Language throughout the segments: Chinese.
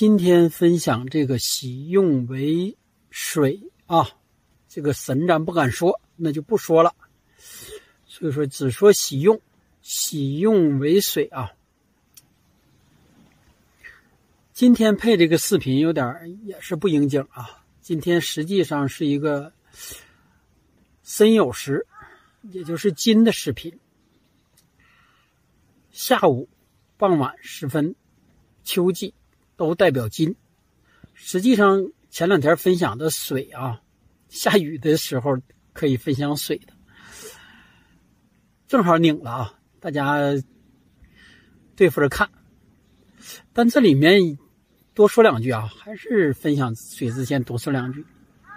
今天分享这个喜用为水啊，这个神咱不敢说，那就不说了。所以说只说喜用，喜用为水啊。今天配这个视频有点也是不应景啊。今天实际上是一个申酉时，也就是金的视频。下午傍晚时分，秋季都代表金。实际上前两天分享的水啊，下雨的时候可以分享水的，正好拧了啊，大家对付着看。但这里面多说两句啊，还是分享水之前多说两句。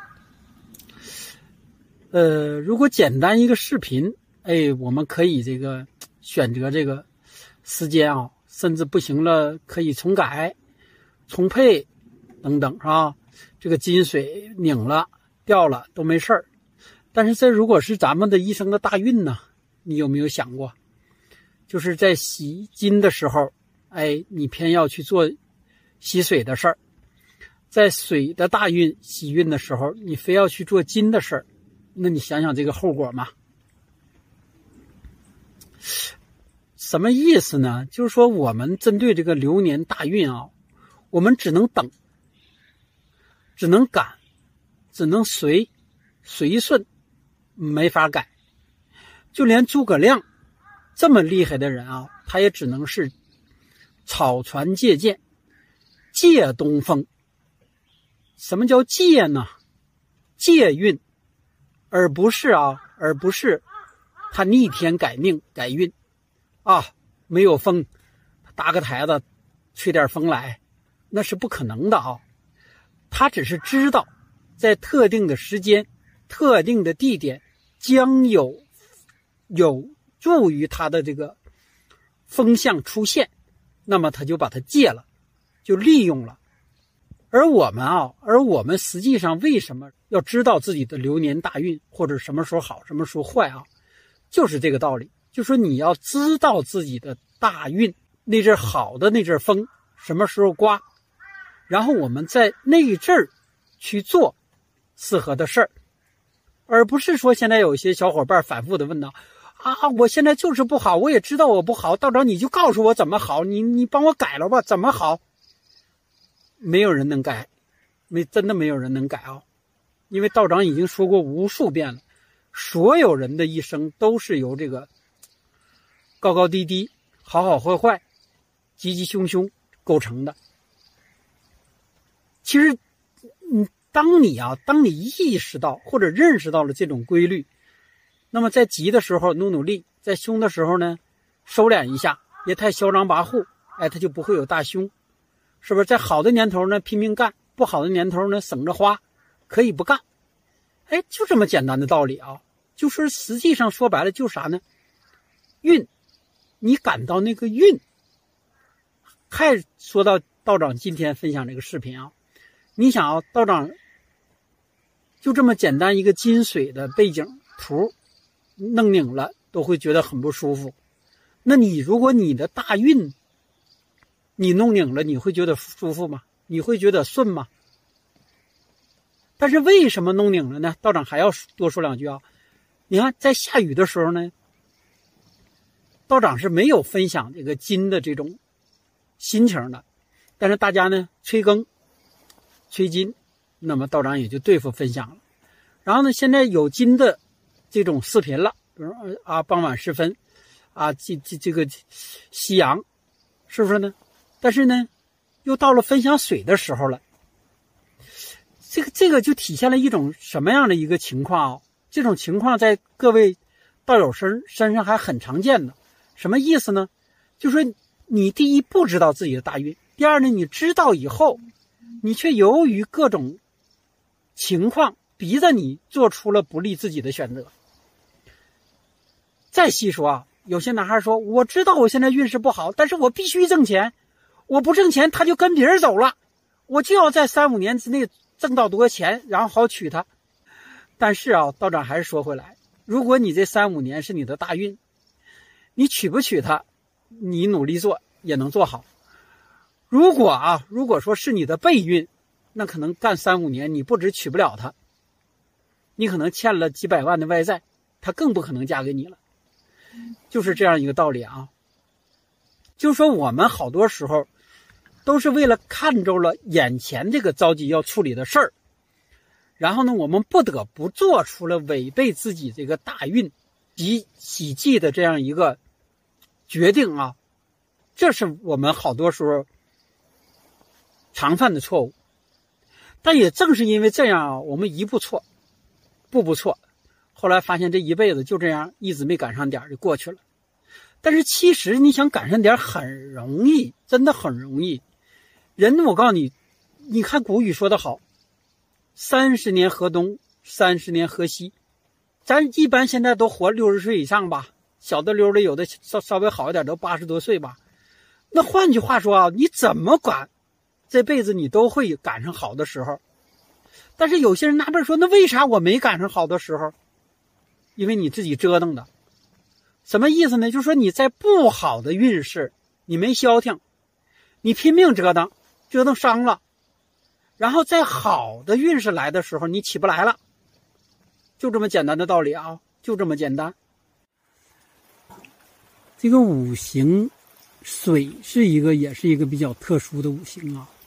如果简单一个视频，我们可以这个选择这个时间啊，甚至不行了可以重改、重配等等啊。这个金水拧了、掉了都没事儿。但是这如果是咱们的一生的大运呢，你有没有想过？就是在洗金的时候，你偏要去做洗水的事儿；在水的大运洗运的时候，你非要去做金的事儿，那你想想这个后果嘛？什么意思呢？就是说我们针对这个流年大运啊，我们只能等，只能赶，只能随顺，没法改。就连诸葛亮这么厉害的人啊，他也只能是草船借箭，借东风。什么叫借呢？借运，而不是他逆天改命改运啊，没有风，搭个台子吹点风来，那是不可能的啊。他只是知道在特定的时间、特定的地点将有助于他的这个风向出现，那么他就把它借了，就利用了。而我们实际上为什么要知道自己的流年大运，或者什么时候好什么时候坏啊？就是这个道理，就是说你要知道自己的大运，那阵好的那阵风什么时候刮，然后我们在那一阵儿去做适合的事儿，而不是说现在有一些小伙伴反复的问到啊，我现在就是不好，我也知道我不好，道长你就告诉我怎么好，你帮我改了吧，怎么好？没有人能改，真的没有人能改啊！因为道长已经说过无数遍了，所有人的一生都是由这个高高低低、好好坏坏、吉吉凶凶构成的。其实，当你意识到或者认识到了这种规律，那么在吉的时候努力，在凶的时候呢，收敛一下，别太嚣张跋扈，它就不会有大凶。是不是在好的年头呢拼命干，不好的年头呢省着花，可以不干。就这么简单的道理啊。就是实际上说白了就是啥呢？运，你感到那个运。还说到道长今天分享这个视频啊，你想啊，道长就这么简单一个金水的背景图弄拧了都会觉得很不舒服。那你如果你的大运你弄拧了，你会觉得舒服吗？你会觉得顺吗？但是为什么弄拧了呢？道长还要多说两句啊。你看在下雨的时候呢，道长是没有分享这个金的这种心情的，但是大家呢催更催金，那么道长也就对付分享了。然后呢，现在有金的这种视频了，比如傍晚时分啊，这个夕阳，是不是呢？但是呢，又到了分享水的时候了。这个就体现了一种什么样的一个情况啊？这种情况在各位道友身上还很常见的。什么意思呢？就是说你第一不知道自己的大运，第二呢，你知道以后，你却由于各种情况逼着你做出了不利自己的选择。再细说啊，有些男孩说，我知道我现在运势不好，但是我必须挣钱，我不挣钱他就跟别人走了，我就要在3-5年之内挣到多少钱，然后好娶她。但是啊，道长还是说回来，如果你这3-5年是你的大运，你娶不娶她，你努力做也能做好。 如果说是你的背运，那可能干3-5年，你不止娶不了她，你可能欠了几百万的外债，她更不可能嫁给你了。就是这样一个道理啊。就是说我们好多时候都是为了看中了眼前这个着急要处理的事儿，然后呢，我们不得不做出了违背自己这个大运及喜忌的这样一个决定啊。这是我们好多时候常犯的错误。但也正是因为这样啊，我们一步错步步错，后来发现这一辈子就这样一直没赶上点就过去了。但是其实你想赶上点很容易，真的很容易。人我告诉你，你看古语说得好，30年河东，30年河西。咱一般现在都活60岁以上吧，小的溜的有的稍微好一点都80多岁吧。那换句话说啊，你怎么管这辈子你都会赶上好的时候。但是有些人纳闷说，那为啥我没赶上好的时候？因为你自己折腾的。什么意思呢？就是说你在不好的运势你没消停，你拼命折腾伤了，然后在好的运势来的时候你起不来了，就这么简单的道理啊，就这么简单。这个五行水也是一个比较特殊的五行啊。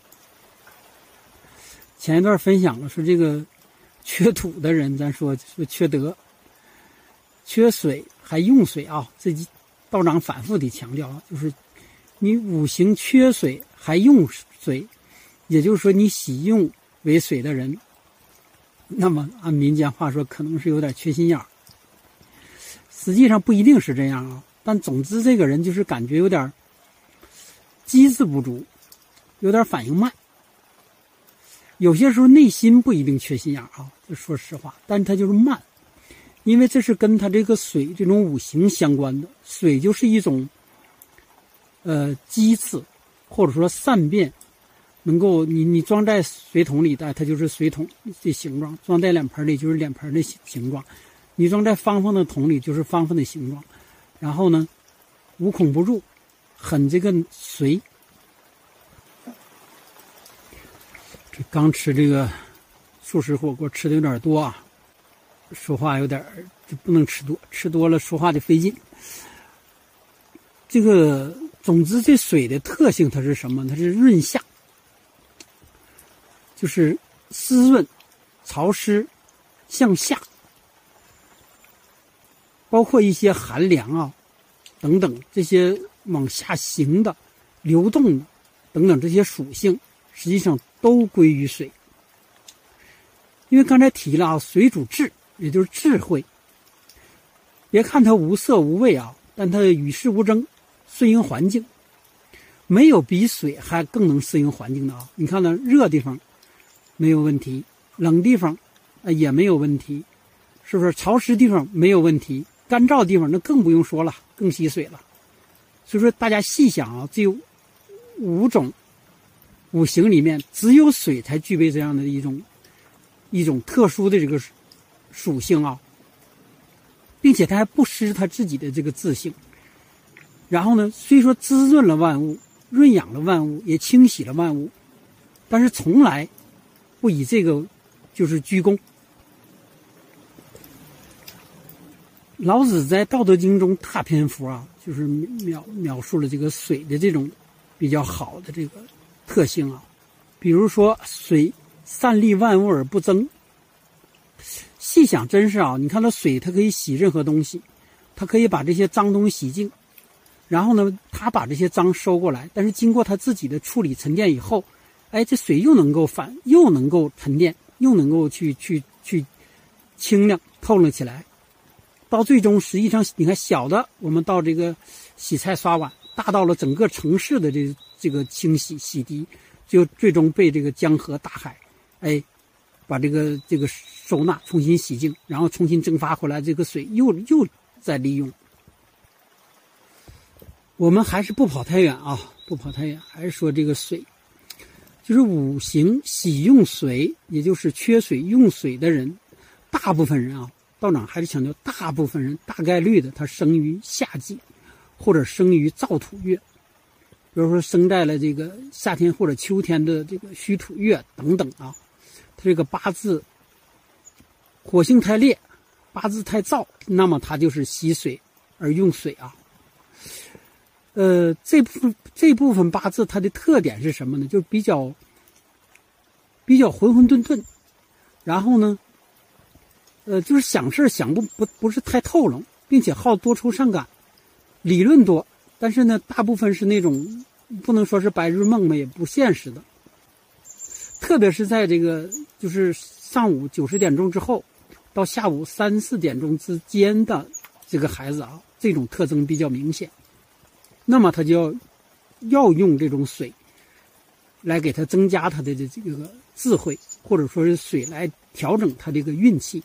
前一段分享了说这个缺土的人，咱说缺德，缺水还用水啊，这道长反复的强调，就是你五行缺水还用水，也就是说你喜用为水的人，那么按民间话说可能是有点缺心眼儿。实际上不一定是这样啊，但总之这个人就是感觉有点机智不足，有点反应慢。有些时候内心不一定缺心眼啊，就说实话，但他就是慢。因为这是跟他这个水这种五行相关的，水就是一种机次或者说善变，能够你装在水桶里的它就是水桶的形状，装在脸盆里就是脸盆的形状，你装在方方的桶里就是方方的形状。然后呢，无孔不入，很这个随。这刚吃这个素食火锅吃的有点多啊，说话有点就不能吃多，吃多了说话就费劲。这个总之这水的特性它是什么？它是润下，就是湿润潮湿向下，包括一些寒凉啊等等这些往下行的流动的等等这些属性实际上都归于水。因为刚才提了啊，水主智，也就是智慧。别看它无色无味啊，但它与世无争，顺应环境。没有比水还更能适应环境的啊！你看呢，热地方没有问题，冷地方也没有问题，是不是？潮湿地方没有问题，干燥地方那更不用说了，更吸水了。所以说大家细想啊，这5种五行里面只有水才具备这样的一种特殊的这个属性啊，并且它还不失它自己的这个自性。然后呢，虽说滋润了万物，润养了万物，也清洗了万物，但是从来不以这个就是居功。老子在《道德经》中大篇幅啊，就是描述了这个水的这种比较好的这个特性啊，比如说水散利万物而不争。细想真是啊，你看它水它可以洗任何东西，它可以把这些脏东西洗净，然后呢它把这些脏收过来，但是经过它自己的处理沉淀以后，这水又能够沉淀，又能够去清亮透亮起来。到最终实际上你看，小的我们到这个洗菜刷碗，大到了整个城市的这个清洗洗涤，就最终被这个江河大海把这个收纳重新洗净，然后重新蒸发回来，这个水又再利用。我们还是不跑太远啊，还是说这个水就是五行喜用水，也就是缺水用水的人，大部分人啊，道长还是强调大部分人大概率的他生于夏季或者生于燥土月。 比如说生在了这个夏天或者秋天的这个戌土月等等啊，他这个八字火星太烈，八字太燥，那么他就是喜水而用水啊。这部分八字它的特点是什么呢？就是比较混混沌沌，然后呢，就是想事想不是太透笼，并且好多愁善感，理论多，但是呢，大部分是那种不能说是白日梦吧，也不现实的。特别是在这个就是上午9、10点钟之后，到下午3、4点钟之间的这个孩子啊，这种特征比较明显。那么他就要用这种水来给他增加他的这个智慧，或者说是水来调整他这个运气。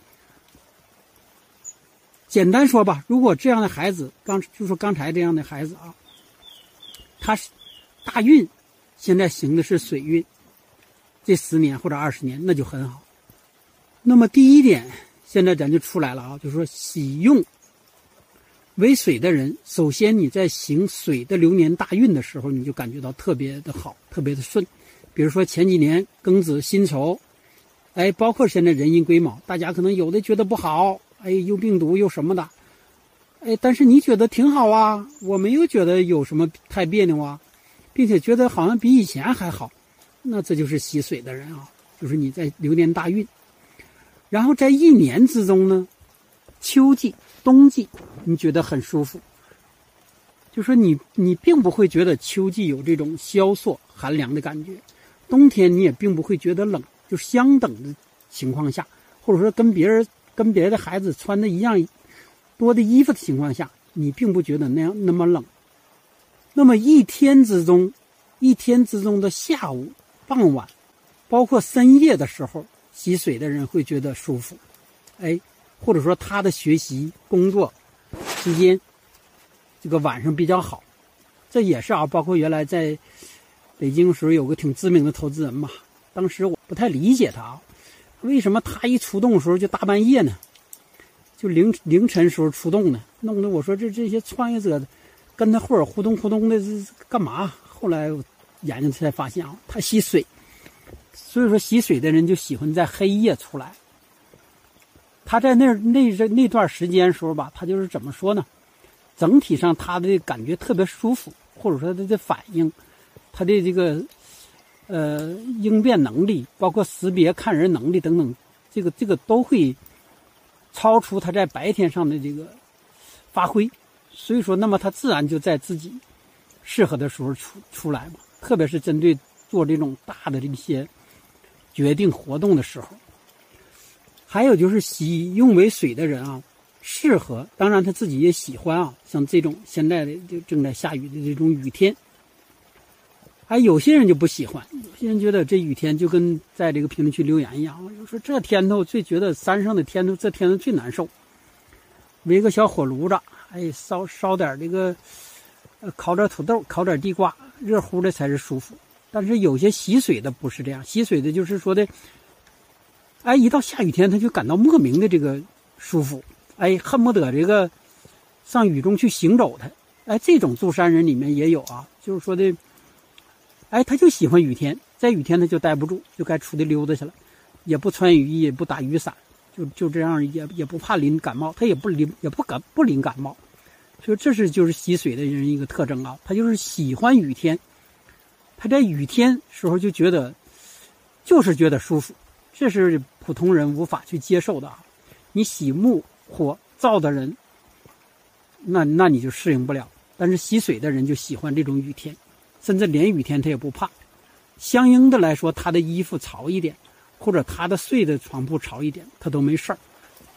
简单说吧，如果这样的孩子，就说刚才这样的孩子啊，他是大运现在行的是水运，这10年或者20年那就很好。那么第一点现在咱就出来了啊，就是说喜用为水的人，首先你在行水的流年大运的时候，你就感觉到特别的好，特别的顺。比如说前几年庚子辛丑，包括现在壬寅癸卯，大家可能有的觉得不好，又病毒又什么的，但是你觉得挺好啊，我没有觉得有什么太别扭啊，并且觉得好像比以前还好，那这就是喜水的人啊，就是你在流年大运。然后在一年之中呢，秋季、冬季你觉得很舒服，就说你并不会觉得秋季有这种萧索寒凉的感觉，冬天你也并不会觉得冷，就相等的情况下，或者说跟别的孩子穿的一样多的衣服的情况下，你并不觉得那么冷。那么一天之中的下午、傍晚，包括深夜的时候，喜水的人会觉得舒服，或者说他的学习工作时间这个晚上比较好。这也是啊，包括原来在北京的时候有个挺知名的投资人嘛，当时我不太理解他啊，为什么他一出动的时候就大半夜呢，就凌晨时候出动呢，弄得我说这些创业者跟他或者互动的是干嘛。后来我研究才发现啊，他吸水，所以说吸水的人就喜欢在黑夜出来。他在那段时间的时候吧，他就是怎么说呢，整体上他的感觉特别舒服，或者说他的反应，他的这个应变能力，包括识别看人能力等等，这个都会超出他在白天上的这个发挥。所以说那么他自然就在自己适合的时候出来嘛，特别是针对做这种大的这些决定活动的时候。还有就是喜用为水的人啊，适合，当然他自己也喜欢啊，像这种现在的就正在下雨的这种雨天。还有些人就不喜欢，有些人觉得这雨天就跟在这个评论区留言一样，就说这天头最觉得山上的天头，这天头最难受，围个小火炉子，烧点这个烤点土豆，烤点地瓜，热乎的才是舒服。但是有些喜水的不是这样，喜水的就是说的一到下雨天他就感到莫名的这个舒服，恨不得这个上雨中去行走他。这种住山人里面也有啊，就是说的他就喜欢雨天，在雨天他就待不住，就该出去溜达去了，也不穿雨衣，也不打雨伞，就这样，也不怕淋感冒，他也不淋感冒。所以这就是喜水的人一个特征啊，他就是喜欢雨天，他在雨天时候就觉得舒服，这是普通人无法去接受的啊。你喜木火燥的人，那你就适应不了。但是喜水的人就喜欢这种雨天，甚至连雨天他也不怕。相应的来说，他的衣服潮一点，或者他的睡的床铺潮一点，他都没事儿。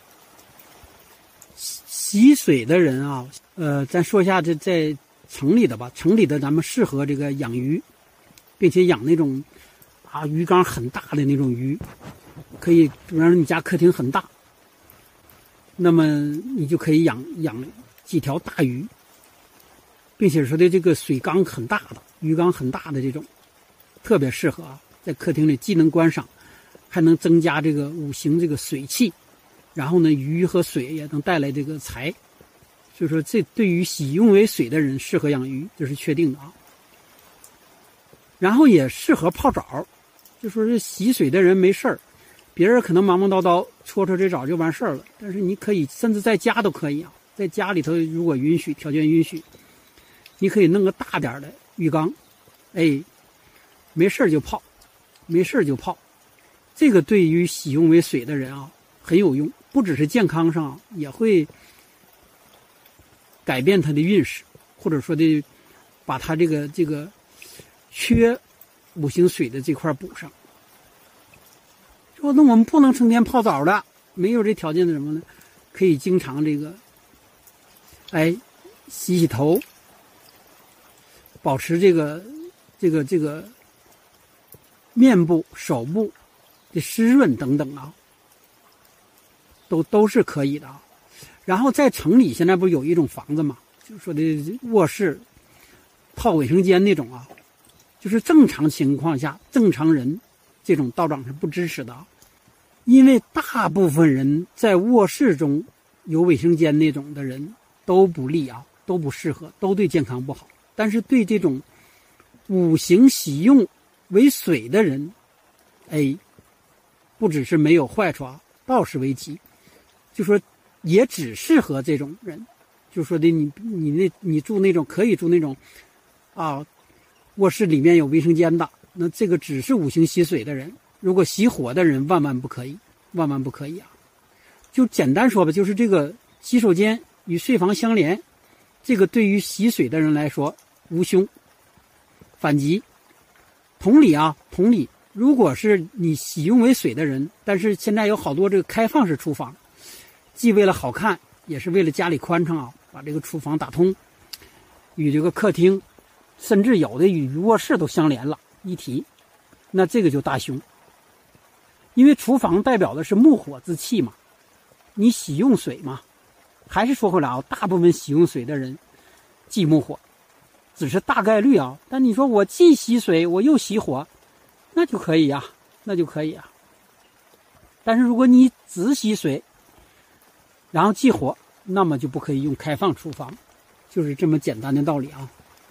喜水的人啊，咱说一下这在城里的吧。城里的咱们适合这个养鱼，并且养那种鱼缸很大的那种鱼，可以，比方说你家客厅很大，那么你就可以养几条大鱼，并且说的这个水缸很大的，鱼缸很大的这种，特别适合在客厅里既能观赏，还能增加这个五行这个水气，然后呢鱼和水也能带来这个财。所以说这对于喜用为水的人适合养鱼，这是确定的啊。 然后也适合泡澡，就说是洗水的人没事儿，别人可能忙忙叨叨搓搓这澡就完事儿了，但是你可以甚至在家都可以啊，在家里头如果允许，条件允许，你可以弄个大点的浴缸，哎，没事儿就泡，没事儿就泡。这个对于喜用为水的人啊很有用，不只是健康上，也会改变他的运势，或者说的把他这个缺五行水的这块补上。说那我们不能成天泡澡的，没有这条件的什么呢？可以经常这个，洗洗头，保持这个面部、手部的湿润等等啊，都是可以的啊。然后在城里现在不是有一种房子嘛，就是说的卧室泡卫生间那种啊，就是正常情况下正常人这种道长是不支持的啊，因为大部分人在卧室中有卫生间那种的人都不利啊，都不适合，都对健康不好。但是对这种五行喜用为水的人，不只是没有坏处啊，倒是为吉，就说也只适合这种人，就说的你住那种可以住那种啊，卧室里面有卫生间的，那这个只是五行喜水的人，如果喜火的人万万不可以，万万不可以啊！就简单说吧，就是这个洗手间与睡房相连，这个对于喜水的人来说无凶反吉。同理，如果是你喜用为水的人，但是现在有好多这个开放式厨房，既为了好看，也是为了家里宽敞啊，把这个厨房打通，与这个客厅，甚至有的与卧室都相连了一体，那这个就大凶。因为厨房代表的是木火之气嘛，你喜用水嘛，还是说回来啊，大部分喜用水的人忌木火，只是大概率啊。但你说我既喜水我又喜火，那就可以啊，但是如果你只喜水，然后忌火，那么就不可以用开放厨房，就是这么简单的道理啊。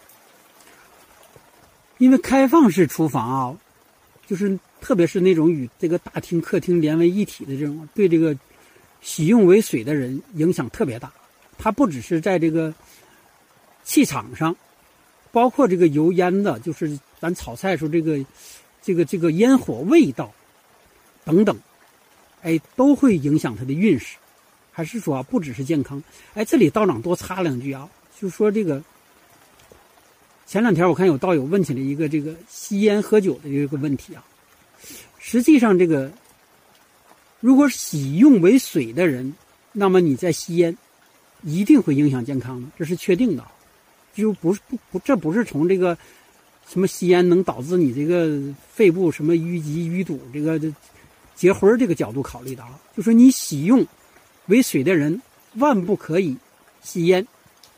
因为开放式厨房啊，就是特别是那种与这个大厅、客厅连为一体的这种，对这个喜用为水的人影响特别大。它不只是在这个气场上，包括这个油烟的，就是咱炒菜时候这个烟火味道等等，都会影响它的运势。还是说啊，不只是健康。这里道长多插两句啊，就说这个前两天我看有道友问起了一个这个吸烟喝酒的这个问题啊。实际上这个如果喜用为水的人，那么你在吸烟一定会影响健康的，这是确定的。就这不是从这个什么吸烟能导致你这个肺部什么淤积淤堵这个结婚这个角度考虑的啊。就说你喜用为水的人万不可以吸烟。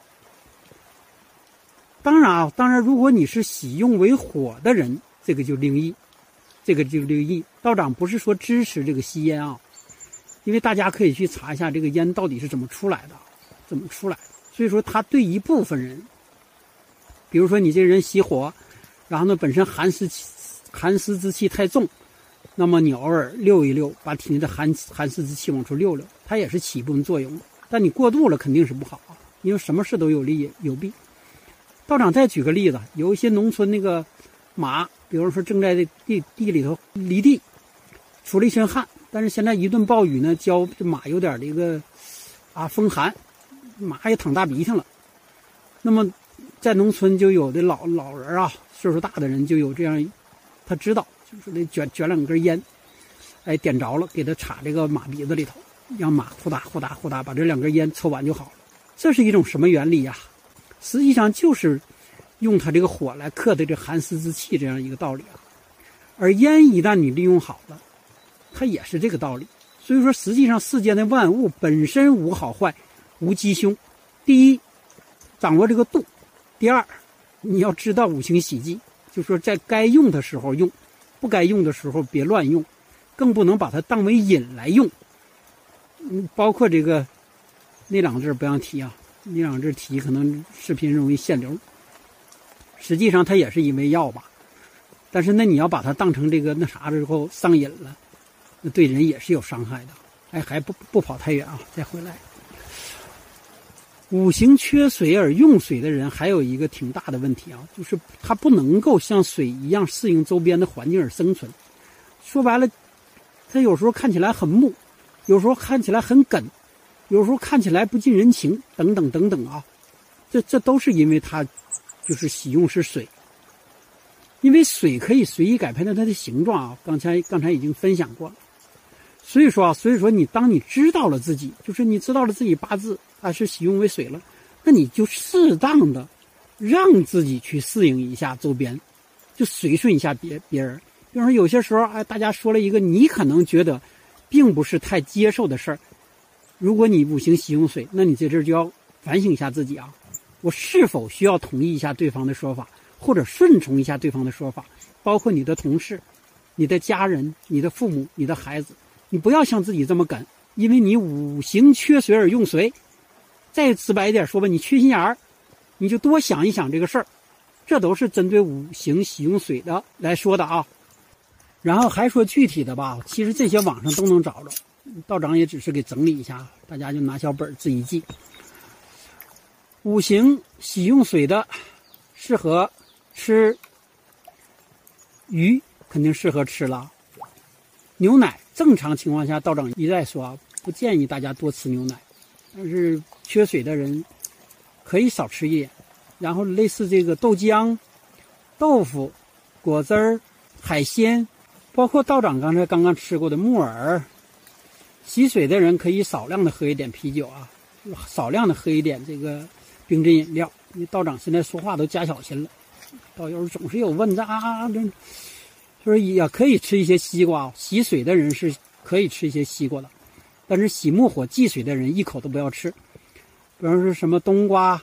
当然如果你是喜用为火的人，这个就另议。道长不是说支持这个吸烟啊，因为大家可以去查一下这个烟到底是怎么出来的。所以说他对一部分人，比如说你这人喜火，然后呢本身寒湿之气太重，那么你偶尔溜一溜，把体内的寒湿之气往出溜溜，它也是起一部分作用的。但你过度了肯定是不好啊，因为什么事都有利有弊。道长再举个例子，有一些农村那个马，比如说正在地里头犁地，出了一身汗，但是现在一顿暴雨呢，浇这马有点这个风寒，马也淌大鼻涕了。那么在农村就有的老人啊，岁数大的人就有这样，他知道就是得卷两根烟，点着了给他插这个马鼻子里头，让马呼哒呼哒呼哒把这两根烟抽完就好了。这是一种什么原理呀？实际上就是用它这个火来克的这寒湿之气这样一个道理啊。而烟一旦你利用好了，它也是这个道理。所以说实际上世间的万物本身无好坏，无吉凶。第一，掌握这个度；第二，你要知道五行喜忌，就说在该用的时候用，不该用的时候别乱用，更不能把它当为瘾来用。包括这个那两个字不让提啊，那两个字提可能视频容易限流。实际上它也是一味药吧， 但是那你要把它当成这个那啥之后上瘾了，那对人也是有伤害的。哎，还不跑太远啊，再回来。五行缺水而用水的人还有一个挺大的问题啊，就是他不能够像水一样适应周边的环境而生存。说白了，他有时候看起来很木，有时候看起来很梗，有时候看起来不近人情，等等等等啊，这都是因为他就是喜用是水。因为水可以随意改变它的形状啊，刚才已经分享过了。所以说当你知道了自己，就是你知道了自己八字是喜用为水了，那你就适当的让自己去适应一下周边，就随顺一下别人。比如说有些时候大家说了一个你可能觉得并不是太接受的事儿，如果你五行喜用水，那你在这儿就要反省一下自己啊，我是否需要同意一下对方的说法，或者顺从一下对方的说法，包括你的同事、你的家人、你的父母、你的孩子，你不要像自己这么梗，因为你五行缺水而用水。再直白一点说吧，你缺心眼儿，你就多想一想这个事儿。这都是针对五行喜用水的来说的啊。然后还说具体的吧，其实这些网上都能找着，道长也只是给整理一下，大家就拿小本自己记。五行喜用水的适合吃鱼，肯定适合吃了。牛奶正常情况下道长一再说不建议大家多吃牛奶，但是缺水的人可以少吃一点。然后类似这个豆浆、豆腐、果汁儿、海鲜，包括道长刚刚吃过的木耳。喜水的人可以少量的喝一点啤酒啊，少量的喝一点这个冰镇饮料。因为道长现在说话都加小心了，道友总是有问就是也可以吃一些西瓜。喜水的人是可以吃一些西瓜的，但是喜木火忌水的人一口都不要吃。比方说什么冬瓜，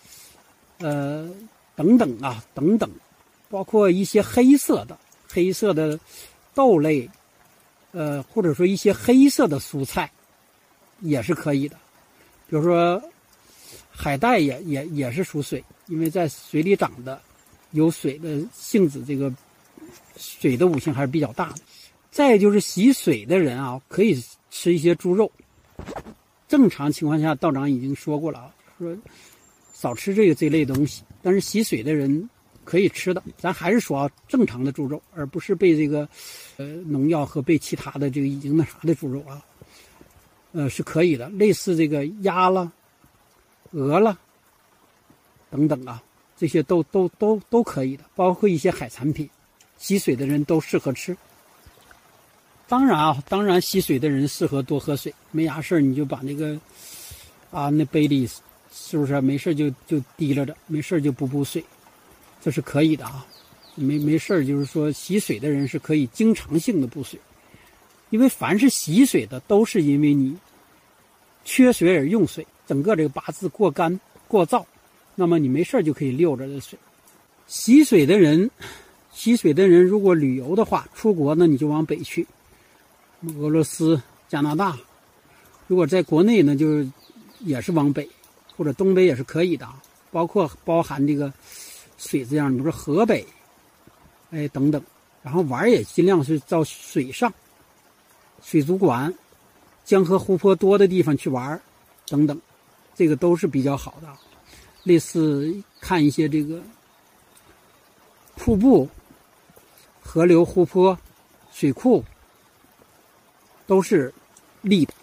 等等啊，等等，包括一些黑色的豆类，或者说一些黑色的蔬菜，也是可以的。比如说海带也是属水，因为在水里长的，有水的性质，这个水的五行还是比较大的。再就是喜水的人啊，可以吃一些猪肉。正常情况下，道长已经说过了啊，说少吃这类东西。但是喜水的人可以吃的，咱还是说正常的猪肉，而不是被这个农药和被其他的这个已经那啥的猪肉啊，是可以的。类似这个鸭了、鹅了等等啊，这些都可以的，包括一些海产品，喜水的人都适合吃。当然喜水的人适合多喝水，没啥事你就把那个那杯里是不是没事就提了着，没事就补水，这是可以的啊。没事就是说喜水的人是可以经常性的补水，因为凡是喜水的都是因为你缺水而用水，整个这个八字过干过燥，那么你没事就可以溜着这水。喜水的人如果旅游的话，出国呢你就往北去，俄罗斯、加拿大。如果在国内呢，就也是往北或者东北也是可以的，包含这个水这样，比如说河北，等等。然后玩也尽量是到水上，水族馆、江河湖泊多的地方去玩等等，这个都是比较好的。类似看一些这个瀑布、河流、湖泊、水库，都是利的。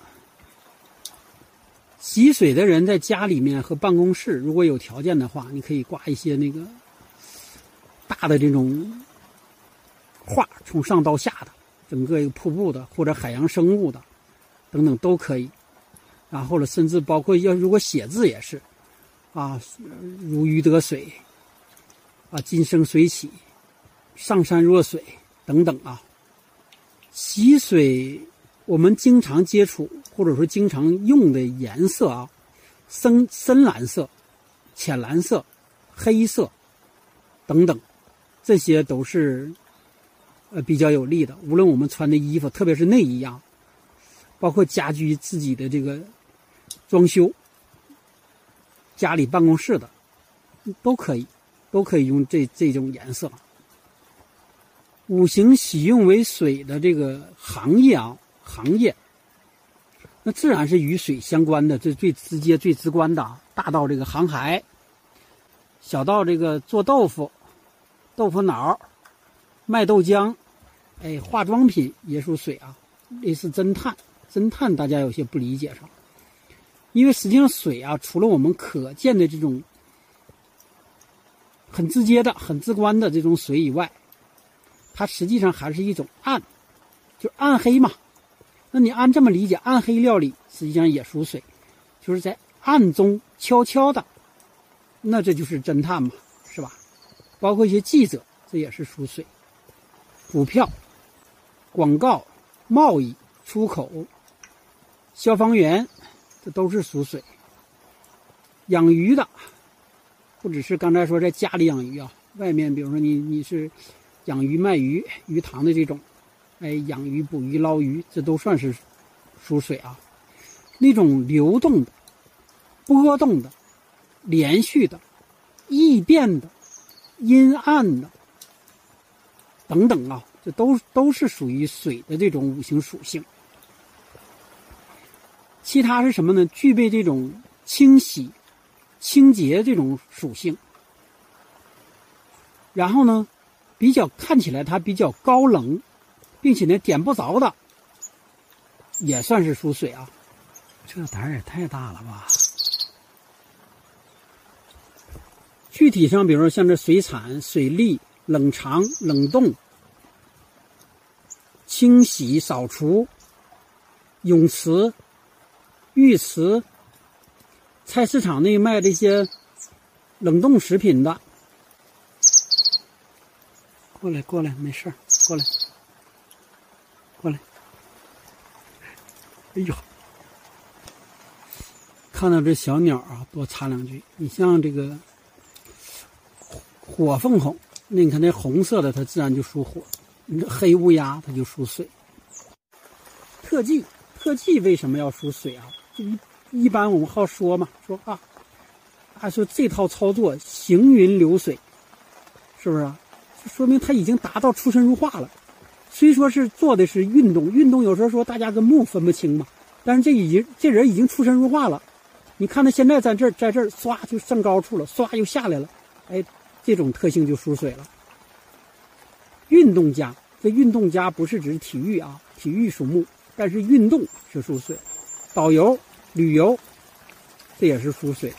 喜水的人在家里面和办公室，如果有条件的话，你可以挂一些那个大的这种画，从上到下的，整个一个瀑布的或者海洋生物的等等都可以。然后呢，甚至包括如果写字也是如鱼得水金生水起，上善若水等等啊。喜水我们经常接触或者说经常用的颜色深蓝色、浅蓝色、黑色等等，这些都是比较有利的。无论我们穿的衣服，特别是内衣包括家居自己的这个装修，家里办公室的都可以用这种颜色。 五行喜用为水的这个行业啊，那自然是与水相关的，这最直接、最直观的。大到这个航海，小到这个做豆腐、豆腐脑、卖豆浆，化妆品也属水啊。类似侦探大家有些不理解上，因为实际上水啊，除了我们可见的这种很直接的、很直观的这种水以外，它实际上还是一种暗，就是暗黑嘛。那你按这么理解，暗黑料理实际上也属水，就是在暗中悄悄的，那这就是侦探嘛，是吧？包括一些记者，这也是属水。股票、广告、贸易、出口、消防员，这都是属水。养鱼的，不只是刚才说在家里养鱼啊，外面比如说你是养鱼卖鱼、鱼塘的这种，养鱼、捕鱼、捞鱼，这都算是属水啊。那种流动的、波动的、连续的、易变的、阴暗的等等啊，这都是属于水的这种五行属性。其他是什么呢？具备这种清洗、清洁这种属性。然后呢，看起来它比较高冷，并且呢点不着的，也算是属水啊。这胆儿也太大了吧！具体上，比如说像这水产、水利、冷藏、冷冻、清洗、扫除、泳池、浴池、菜市场内卖这些冷冻食品的，过来，没事，过来。哎呦，看到这小鸟啊，多插两句。你像这个火凤凰，那你看那红色的，它自然就属火；你这黑乌鸦，它就属水。特技为什么要属水啊？就一般我们好说嘛，说这套操作行云流水，是不是啊？说明它已经达到出神入化了。虽说是做的是运动有时候说大家跟木分不清嘛，但是这人已经出神入化了。你看他现在在这儿唰就上高处了，唰又下来了，这种特性就属水了。运动家，这运动家不是指体育啊，体育属木，但是运动是属水。导游、旅游，这也是属水。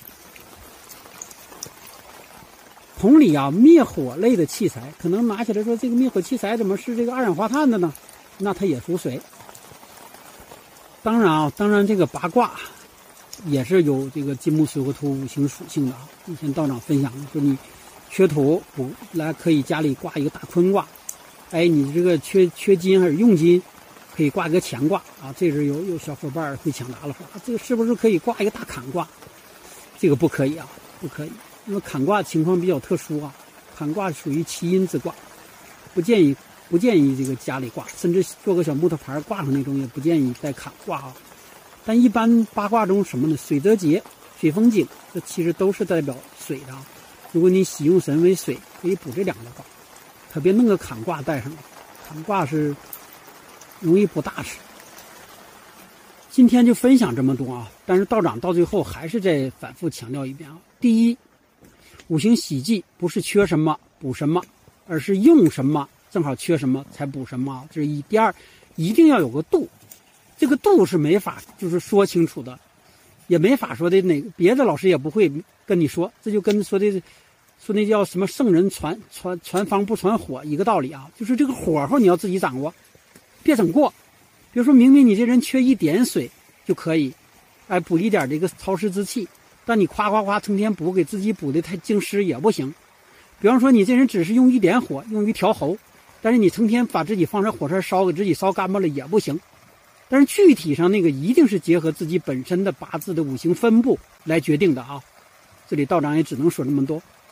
同理啊，灭火类的器材可能拿起来说，这个灭火器材怎么是这个二氧化碳的呢？那它也属水。当然这个八卦也是有这个金木水火土五行属性的啊。以前道长分享的说，你缺土来可以家里挂一个大坤卦，你这个缺金还是用金，可以挂一个乾卦啊。这时有小伙伴会抢答了，说这个是不是可以挂一个大坎卦？这个不可以啊，不可以。因为坎卦情况比较特殊啊，坎卦属于奇阴之卦，不建议这个家里挂，甚至做个小木头牌挂上那种也不建议带坎卦啊。但一般八卦中什么呢？水泽节、水风井，这其实都是代表水的。如果你喜用神为水，可以补这两个卦，可别弄个坎卦带上了，坎卦是容易不大事。今天就分享这么多啊，但是道长到最后还是再反复强调一遍啊。第一，五行喜忌不是缺什么补什么，而是用什么正好缺什么才补什么，这是一。第二，一定要有个度，这个度是没法就是说清楚的，也没法说的别的老师也不会跟你说，这就跟说那叫什么圣人传方不传火一个道理啊，就是这个火候你要自己掌握，别整过。比如说明明你这人缺一点水就可以，补一点这个潮湿之气，但你夸成天补，给自己补的太精湿也不行。比方说你这人只是用一点火用于调喉，但是你成天把自己放在火上烧，给自己烧干巴了也不行。但是具体上那个一定是结合自己本身的八字的五行分布来决定的啊。这里道长也只能说这么多。